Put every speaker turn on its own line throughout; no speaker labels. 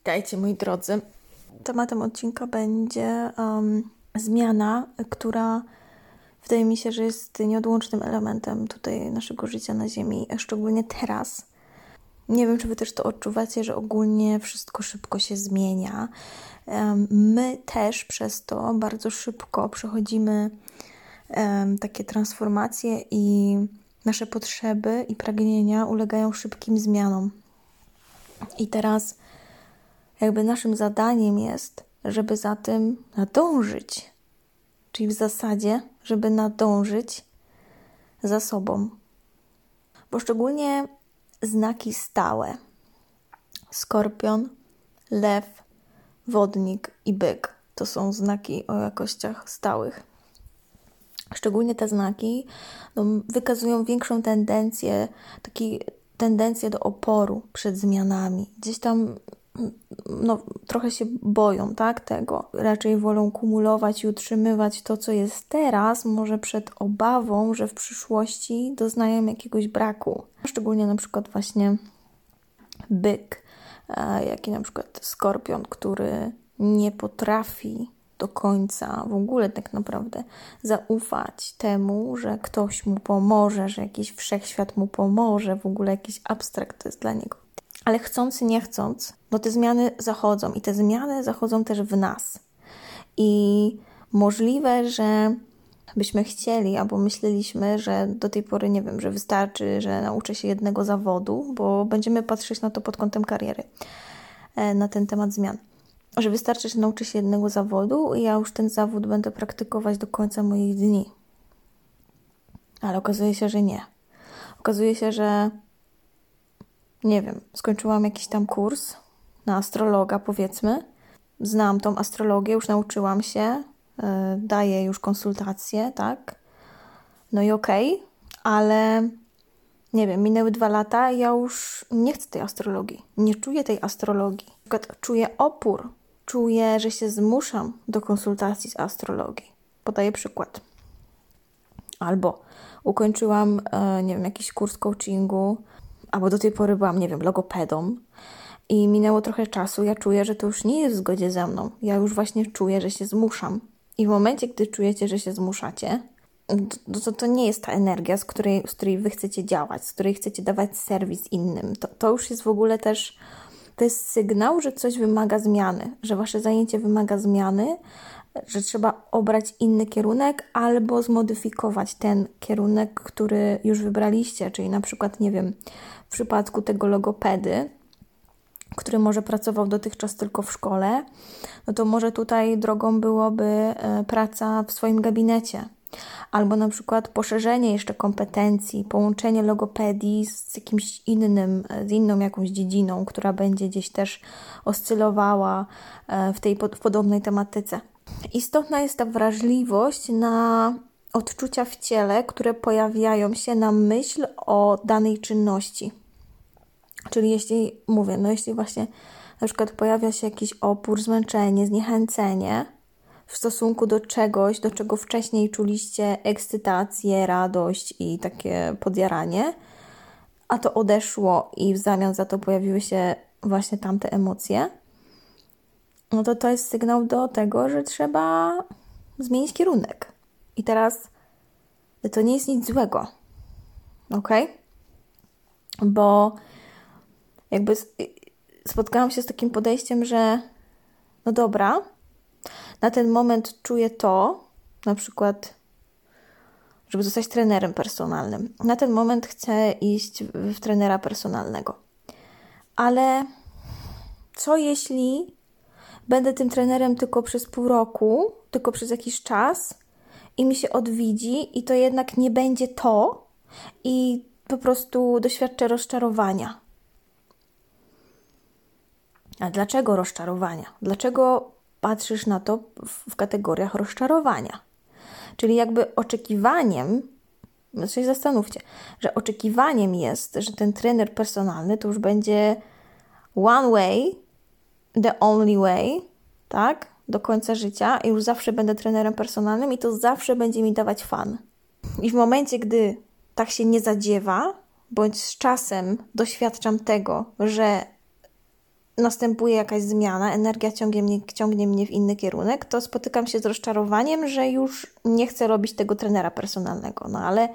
Witajcie, moi drodzy. Tematem odcinka będzie zmiana, która wydaje mi się, że jest nieodłącznym elementem tutaj naszego życia na Ziemi, szczególnie teraz. Nie wiem, czy Wy też to odczuwacie, że ogólnie wszystko szybko się zmienia. My też przez to bardzo szybko przechodzimy takie transformacje i nasze potrzeby i pragnienia ulegają szybkim zmianom. I teraz jakby naszym zadaniem jest, żeby za tym nadążyć. Czyli w zasadzie, żeby nadążyć za sobą. Bo szczególnie znaki stałe. Skorpion, lew, wodnik i byk. To są znaki o jakościach stałych. Szczególnie te znaki wykazują większą tendencję do oporu przed zmianami. Gdzieś tam trochę się boją, tak, tego. Raczej wolą kumulować i utrzymywać to, co jest teraz, może przed obawą, że w przyszłości doznają jakiegoś braku. Szczególnie na przykład właśnie byk, jak i na przykład skorpion, który nie potrafi do końca w ogóle tak naprawdę zaufać temu, że ktoś mu pomoże, że jakiś wszechświat mu pomoże, w ogóle jakiś abstrakt to jest dla niego. Ale chcąc, nie chcąc, te zmiany zachodzą i te zmiany zachodzą też w nas. I możliwe, że byśmy chcieli albo myśleliśmy, że do tej pory, nie wiem, że wystarczy, że nauczę się jednego zawodu, bo będziemy patrzeć na to pod kątem kariery, na ten temat zmian. Że wystarczy, że nauczę się jednego zawodu i ja już ten zawód będę praktykować do końca moich dni. Ale okazuje się, że nie. Okazuje się, że nie wiem, skończyłam jakiś tam kurs na astrologa, powiedzmy. Znam tą astrologię, już nauczyłam się, daję już konsultacje, tak? No i okej, ale nie wiem, minęły 2 lata i ja już nie chcę tej astrologii. Nie czuję tej astrologii. Na przykład czuję opór. Czuję, że się zmuszam do konsultacji z astrologii. Podaję przykład. Albo ukończyłam, nie wiem, jakiś kurs coachingu, albo do tej pory byłam, nie wiem, logopedą i minęło trochę czasu, ja czuję, że to już nie jest w zgodzie ze mną. Ja już właśnie czuję, że się zmuszam. I w momencie, gdy czujecie, że się zmuszacie, to nie jest ta energia, z której wy chcecie działać, z której chcecie dawać serwis innym. To już jest w ogóle też, to jest sygnał, że coś wymaga zmiany, że wasze zajęcie wymaga zmiany, że trzeba obrać inny kierunek albo zmodyfikować ten kierunek, który już wybraliście, czyli na przykład, nie wiem, w przypadku tego logopedy, który może pracował dotychczas tylko w szkole, to może tutaj drogą byłoby praca w swoim gabinecie. Albo na przykład poszerzenie jeszcze kompetencji, połączenie logopedii z jakimś innym, z inną jakąś dziedziną, która będzie gdzieś też oscylowała w podobnej tematyce. Istotna jest ta wrażliwość na odczucia w ciele, które pojawiają się na myśl o danej czynności. Czyli jeśli właśnie na przykład pojawia się jakiś opór, zmęczenie, zniechęcenie w stosunku do czegoś, do czego wcześniej czuliście ekscytację, radość i takie podjaranie, a to odeszło i w zamian za to pojawiły się właśnie tamte emocje, to jest sygnał do tego, że trzeba zmienić kierunek. I teraz to nie jest nic złego. Ok? Bo jakby spotkałam się z takim podejściem, że no dobra, na ten moment czuję to, na przykład, żeby zostać trenerem personalnym. Na ten moment chcę iść w trenera personalnego. Ale co jeśli będę tym trenerem tylko przez pół roku, tylko przez jakiś czas i mi się odwiedzi i to jednak nie będzie to i po prostu doświadczę rozczarowania. A dlaczego rozczarowania? Dlaczego patrzysz na to w kategoriach rozczarowania? Czyli jakby oczekiwaniem, się zastanówcie, że oczekiwaniem jest, że ten trener personalny to już będzie one way, the only way, tak? Do końca życia i już zawsze będę trenerem personalnym i to zawsze będzie mi dawać fan. I w momencie, gdy tak się nie zadziewa, bądź z czasem doświadczam tego, że następuje jakaś zmiana, energia ciągnie mnie w inny kierunek, to spotykam się z rozczarowaniem, że już nie chcę robić tego trenera personalnego. No ale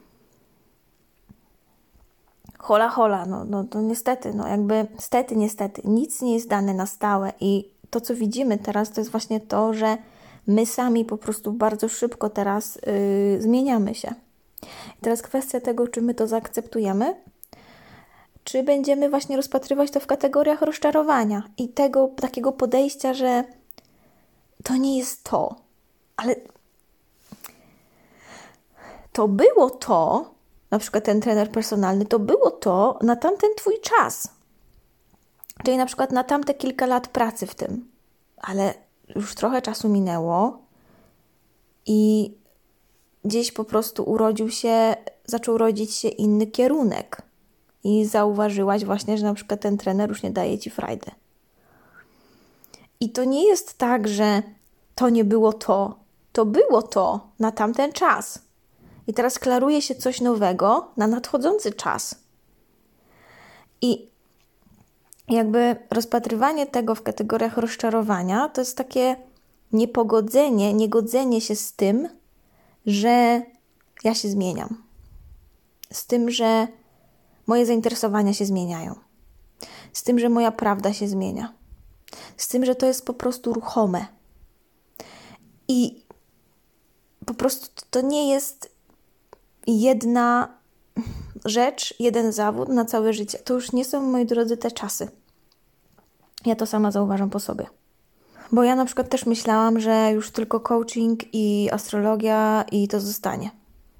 hola, no to niestety, no jakby niestety, nic nie jest dane na stałe i to, co widzimy teraz, to jest właśnie to, że my sami po prostu bardzo szybko teraz zmieniamy się. I teraz kwestia tego, czy my to zaakceptujemy, czy będziemy właśnie rozpatrywać to w kategoriach rozczarowania i tego takiego podejścia, że to nie jest to, ale to było to, na przykład ten trener personalny, to było to na tamten Twój czas. Czyli na przykład na tamte kilka lat pracy w tym. Ale już trochę czasu minęło i gdzieś po prostu zaczął rodzić się inny kierunek. I zauważyłaś właśnie, że na przykład ten trener już nie daje Ci frajdy. I to nie jest tak, że to nie było to. To było to na tamten czas. I teraz klaruje się coś nowego na nadchodzący czas. I jakby rozpatrywanie tego w kategoriach rozczarowania to jest takie niegodzenie się z tym, że ja się zmieniam. Z tym, że moje zainteresowania się zmieniają. Z tym, że moja prawda się zmienia. Z tym, że to jest po prostu ruchome. I po prostu to nie jest jedna rzecz, jeden zawód na całe życie. To już nie są, moi drodzy, te czasy. Ja to sama zauważam po sobie. Bo ja na przykład też myślałam, że już tylko coaching i astrologia i to zostanie.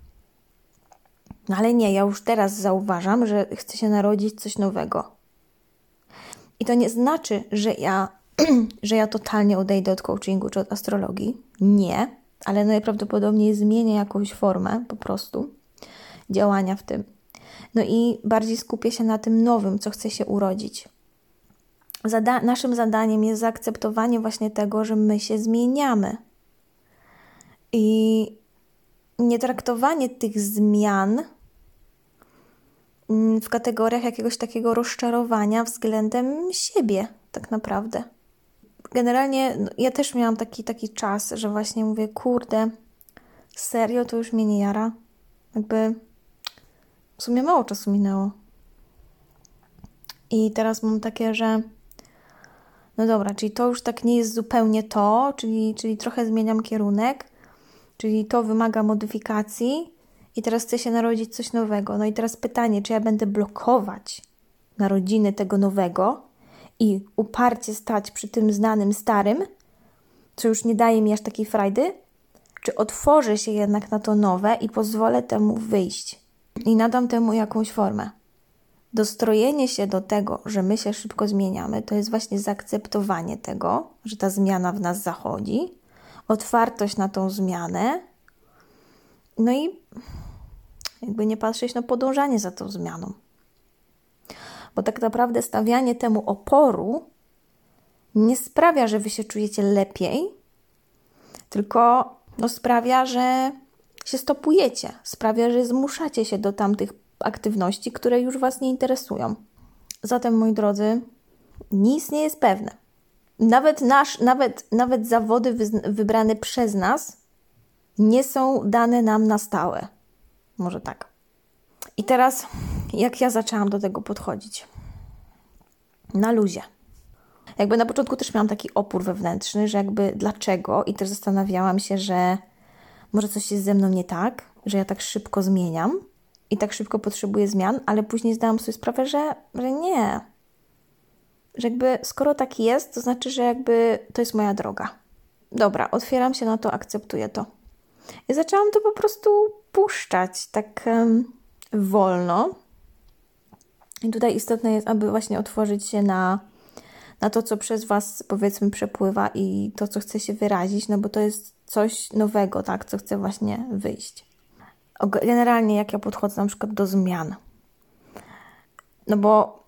No ale nie, ja już teraz zauważam, że chcę się narodzić coś nowego. I to nie znaczy, że ja totalnie odejdę od coachingu czy od astrologii. Nie, ale najprawdopodobniej zmienię jakąś formę po prostu działania w tym. No i bardziej skupię się na tym nowym, co chce się urodzić. Naszym zadaniem jest zaakceptowanie właśnie tego, że my się zmieniamy. I nie traktowanie tych zmian w kategoriach jakiegoś takiego rozczarowania względem siebie tak naprawdę. Generalnie ja też miałam taki czas, że właśnie mówię, kurde, serio, to już mnie nie jara. Jakby w sumie mało czasu minęło. I teraz mam takie, że no dobra, czyli to już tak nie jest zupełnie to, czyli trochę zmieniam kierunek, czyli to wymaga modyfikacji i teraz chcę się narodzić coś nowego. No i teraz pytanie, czy ja będę blokować narodziny tego nowego i uparcie stać przy tym znanym starym, co już nie daje mi aż takiej frajdy, czy otworzę się jednak na to nowe i pozwolę temu wyjść i nadam temu jakąś formę. Dostrojenie się do tego, że my się szybko zmieniamy, to jest właśnie zaakceptowanie tego, że ta zmiana w nas zachodzi, otwartość na tą zmianę, no i jakby nie patrzeć na podążanie za tą zmianą. Bo tak naprawdę stawianie temu oporu nie sprawia, że wy się czujecie lepiej, tylko sprawia, że się stopujecie, sprawia, że zmuszacie się do tamtych aktywności, które już was nie interesują. Zatem, moi drodzy, nic nie jest pewne. Nawet zawody wybrane przez nas nie są dane nam na stałe. Może tak. I teraz, jak ja zaczęłam do tego podchodzić? Na luzie. Jakby na początku też miałam taki opór wewnętrzny, że jakby dlaczego? I też zastanawiałam się, że może coś jest ze mną nie tak, że ja tak szybko zmieniam i tak szybko potrzebuję zmian, ale później zdałam sobie sprawę, że nie. Że jakby skoro tak jest, to znaczy, że jakby to jest moja droga. Dobra, otwieram się na to, akceptuję to. I zaczęłam to po prostu puszczać tak wolno. I tutaj istotne jest, aby właśnie otworzyć się na to, co przez was, powiedzmy, przepływa i to, co chce się wyrazić, no bo to jest coś nowego, tak, co chce właśnie wyjść. Generalnie jak ja podchodzę na przykład do zmian. No bo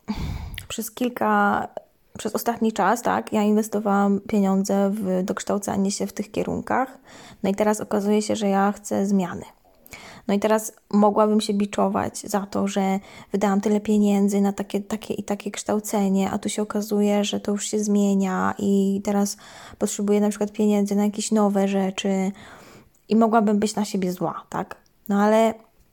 przez ostatni czas, tak, ja inwestowałam pieniądze w dokształcanie się w tych kierunkach. No i teraz okazuje się, że ja chcę zmiany. No i teraz mogłabym się biczować za to, że wydałam tyle pieniędzy na takie kształcenie, a tu się okazuje, że to już się zmienia i teraz potrzebuję na przykład pieniędzy na jakieś nowe rzeczy i mogłabym być na siebie zła, tak? No ale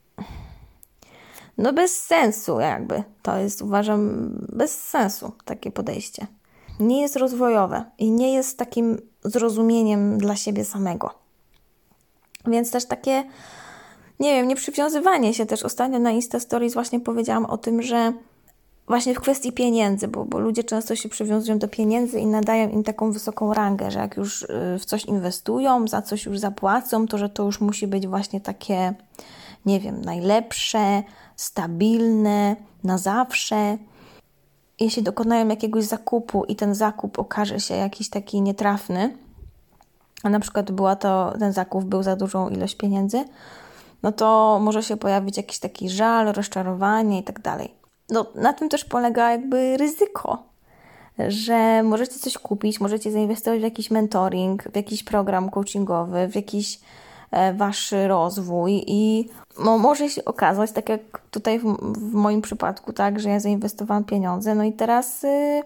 no bez sensu jakby. To jest, uważam, bez sensu takie podejście. Nie jest rozwojowe i nie jest takim zrozumieniem dla siebie samego. Więc też takie, nie wiem, nieprzywiązywanie się też. Ostatnio na Insta Stories właśnie powiedziałam o tym, że właśnie w kwestii pieniędzy, bo ludzie często się przywiązują do pieniędzy i nadają im taką wysoką rangę, że jak już w coś inwestują, za coś już zapłacą, to że to już musi być właśnie takie, nie wiem, najlepsze, stabilne, na zawsze. Jeśli dokonają jakiegoś zakupu i ten zakup okaże się jakiś taki nietrafny, a na przykład ten zakup był za dużą ilość pieniędzy, no to może się pojawić jakiś taki żal, rozczarowanie i tak dalej. No, na tym też polega jakby ryzyko, że możecie coś kupić, możecie zainwestować w jakiś mentoring, w jakiś program coachingowy, w jakiś wasz rozwój i może się okazać, tak jak tutaj w moim przypadku, tak, że ja zainwestowałam pieniądze, no i teraz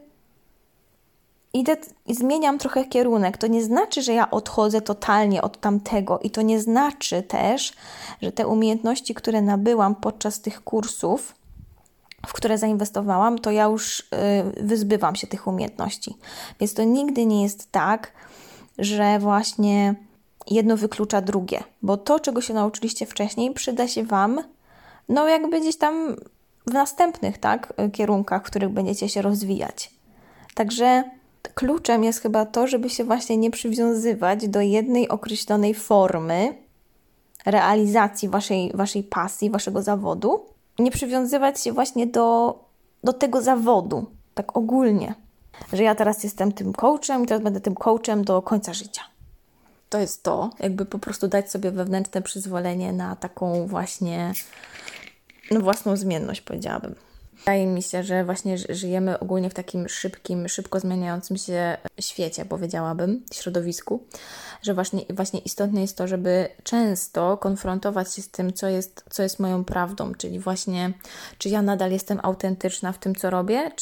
idę i zmieniam trochę kierunek. To nie znaczy, że ja odchodzę totalnie od tamtego i to nie znaczy też, że te umiejętności, które nabyłam podczas tych kursów, w które zainwestowałam, to ja już wyzbywam się tych umiejętności. Więc to nigdy nie jest tak, że właśnie jedno wyklucza drugie, bo to, czego się nauczyliście wcześniej, przyda się Wam, no jakby gdzieś tam w następnych, tak, kierunkach, w których będziecie się rozwijać. Także kluczem jest chyba to, żeby się właśnie nie przywiązywać do jednej określonej formy realizacji waszej pasji, waszego zawodu. Nie przywiązywać się właśnie do tego zawodu, tak ogólnie, że ja teraz jestem tym coachem i teraz będę tym coachem do końca życia. To jest to, jakby po prostu dać sobie wewnętrzne przyzwolenie na taką właśnie własną zmienność, powiedziałabym. Wydaje mi się, że właśnie żyjemy ogólnie w takim szybko zmieniającym się świecie, powiedziałabym, środowisku, że właśnie istotne jest to, żeby często konfrontować się z tym, co jest moją prawdą, czyli właśnie, czy ja nadal jestem autentyczna w tym, co robię,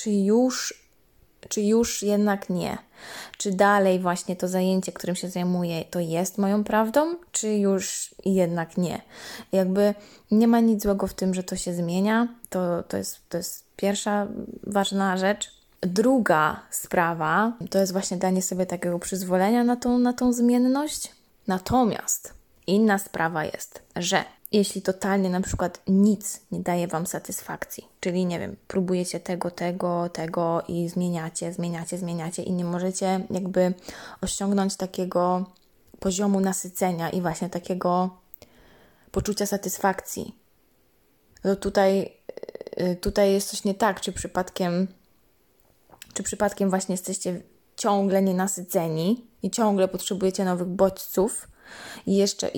czy już jednak nie. Czy dalej właśnie to zajęcie, którym się zajmuję, to jest moją prawdą, czy już jednak nie. Jakby nie ma nic złego w tym, że to się zmienia. To jest pierwsza ważna rzecz. Druga sprawa to jest właśnie danie sobie takiego przyzwolenia na tą zmienność. Natomiast inna sprawa jest, że jeśli totalnie na przykład nic nie daje Wam satysfakcji, czyli nie wiem, próbujecie tego i zmieniacie i nie możecie jakby osiągnąć takiego poziomu nasycenia i właśnie takiego poczucia satysfakcji, to tutaj jest coś nie tak, czy przypadkiem właśnie jesteście ciągle nienasyceni i ciągle potrzebujecie nowych bodźców, i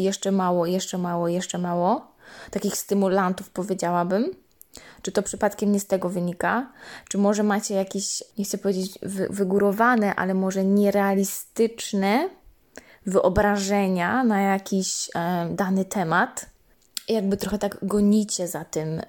jeszcze mało, takich stymulantów, powiedziałabym. Czy to przypadkiem nie z tego wynika? Czy może macie jakieś, nie chcę powiedzieć wygórowane, ale może nierealistyczne wyobrażenia na jakiś dany temat? I jakby trochę tak gonicie za tym,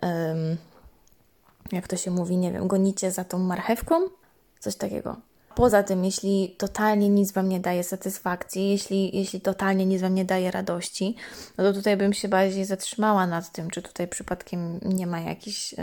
jak to się mówi, nie wiem, gonicie za tą marchewką? Coś takiego. Poza tym, jeśli totalnie nic Wam nie daje satysfakcji, jeśli totalnie nic Wam nie daje radości, no to tutaj bym się bardziej zatrzymała nad tym, czy tutaj przypadkiem nie ma jakichś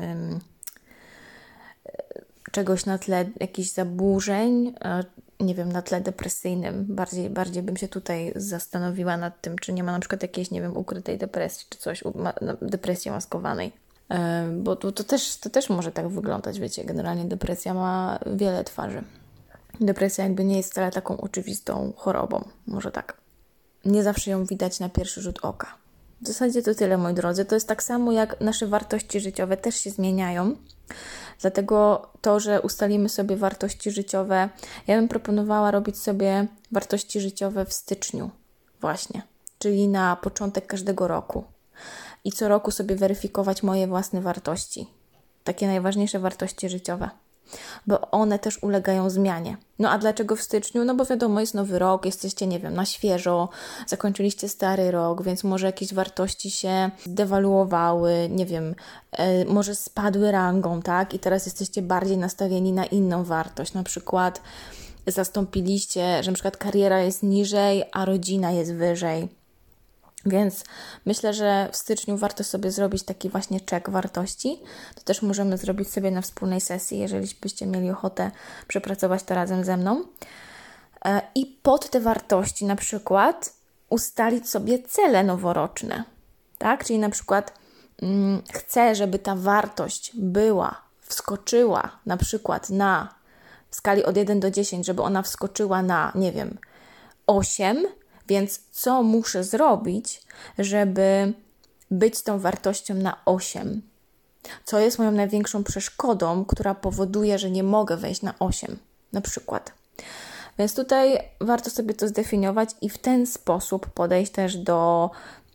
czegoś na tle, jakichś zaburzeń, nie wiem, na tle depresyjnym. Bardziej bym się tutaj zastanowiła nad tym, czy nie ma na przykład jakiejś, nie wiem, ukrytej depresji, czy coś, depresji maskowanej. Bo to też może tak wyglądać, wiecie, generalnie depresja ma wiele twarzy. Depresja jakby nie jest wcale taką oczywistą chorobą, może tak. Nie zawsze ją widać na pierwszy rzut oka. W zasadzie to tyle, moi drodzy. To jest tak samo jak nasze wartości życiowe też się zmieniają. Dlatego to, że ustalimy sobie wartości życiowe, ja bym proponowała robić sobie wartości życiowe w styczniu właśnie, czyli na początek każdego roku. I co roku sobie weryfikować moje własne wartości. Takie najważniejsze wartości życiowe. bo one też ulegają zmianie. No a dlaczego w styczniu? No bo wiadomo, jest nowy rok, jesteście, nie wiem, na świeżo, zakończyliście stary rok, więc może jakieś wartości się zdewaluowały, nie wiem, może spadły rangą, tak? I teraz jesteście bardziej nastawieni na inną wartość, na przykład zastąpiliście, że na przykład kariera jest niżej, a rodzina jest wyżej. Więc myślę, że w styczniu warto sobie zrobić taki właśnie check wartości. To też możemy zrobić sobie na wspólnej sesji, jeżeli byście mieli ochotę przepracować to razem ze mną. I pod te wartości na przykład ustalić sobie cele noworoczne. Tak? Czyli na przykład chcę, żeby ta wartość wskoczyła na przykład w skali od 1 do 10, żeby ona wskoczyła na, nie wiem, 8, więc co muszę zrobić, żeby być z tą wartością na 8? Co jest moją największą przeszkodą, która powoduje, że nie mogę wejść na 8 na przykład. Więc tutaj warto sobie to zdefiniować i w ten sposób podejść też do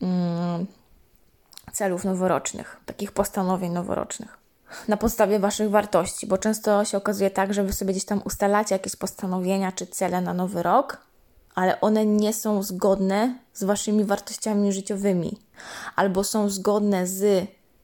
celów noworocznych, takich postanowień noworocznych. Na podstawie Waszych wartości, bo często się okazuje tak, że Wy sobie gdzieś tam ustalacie jakieś postanowienia czy cele na nowy rok, ale one nie są zgodne z Waszymi wartościami życiowymi, albo są zgodne z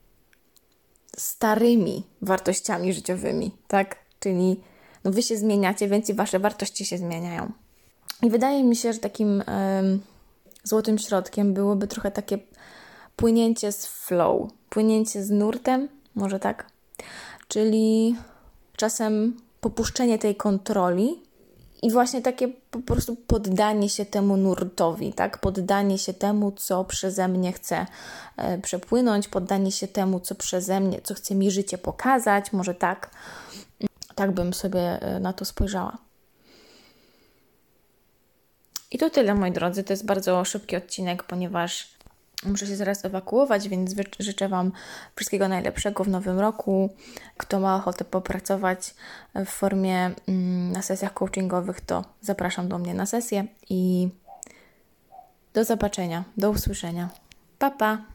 starymi wartościami życiowymi, tak? Czyli Wy się zmieniacie, więc i Wasze wartości się zmieniają. I wydaje mi się, że takim złotym środkiem byłoby trochę takie płynięcie z flow, płynięcie z nurtem, może tak? Czyli czasem popuszczenie tej kontroli i właśnie takie po prostu poddanie się temu nurtowi, tak? Poddanie się temu, co przeze mnie chce przepłynąć, poddanie się temu, co przeze mnie, co chce mi życie pokazać, może tak. Tak bym sobie na to spojrzała. I to tyle, moi drodzy. To jest bardzo szybki odcinek, ponieważ muszę się zaraz ewakuować, więc życzę Wam wszystkiego najlepszego w nowym roku. Kto ma ochotę popracować w formie na sesjach coachingowych, to zapraszam do mnie na sesję i do zobaczenia, do usłyszenia. Pa, pa!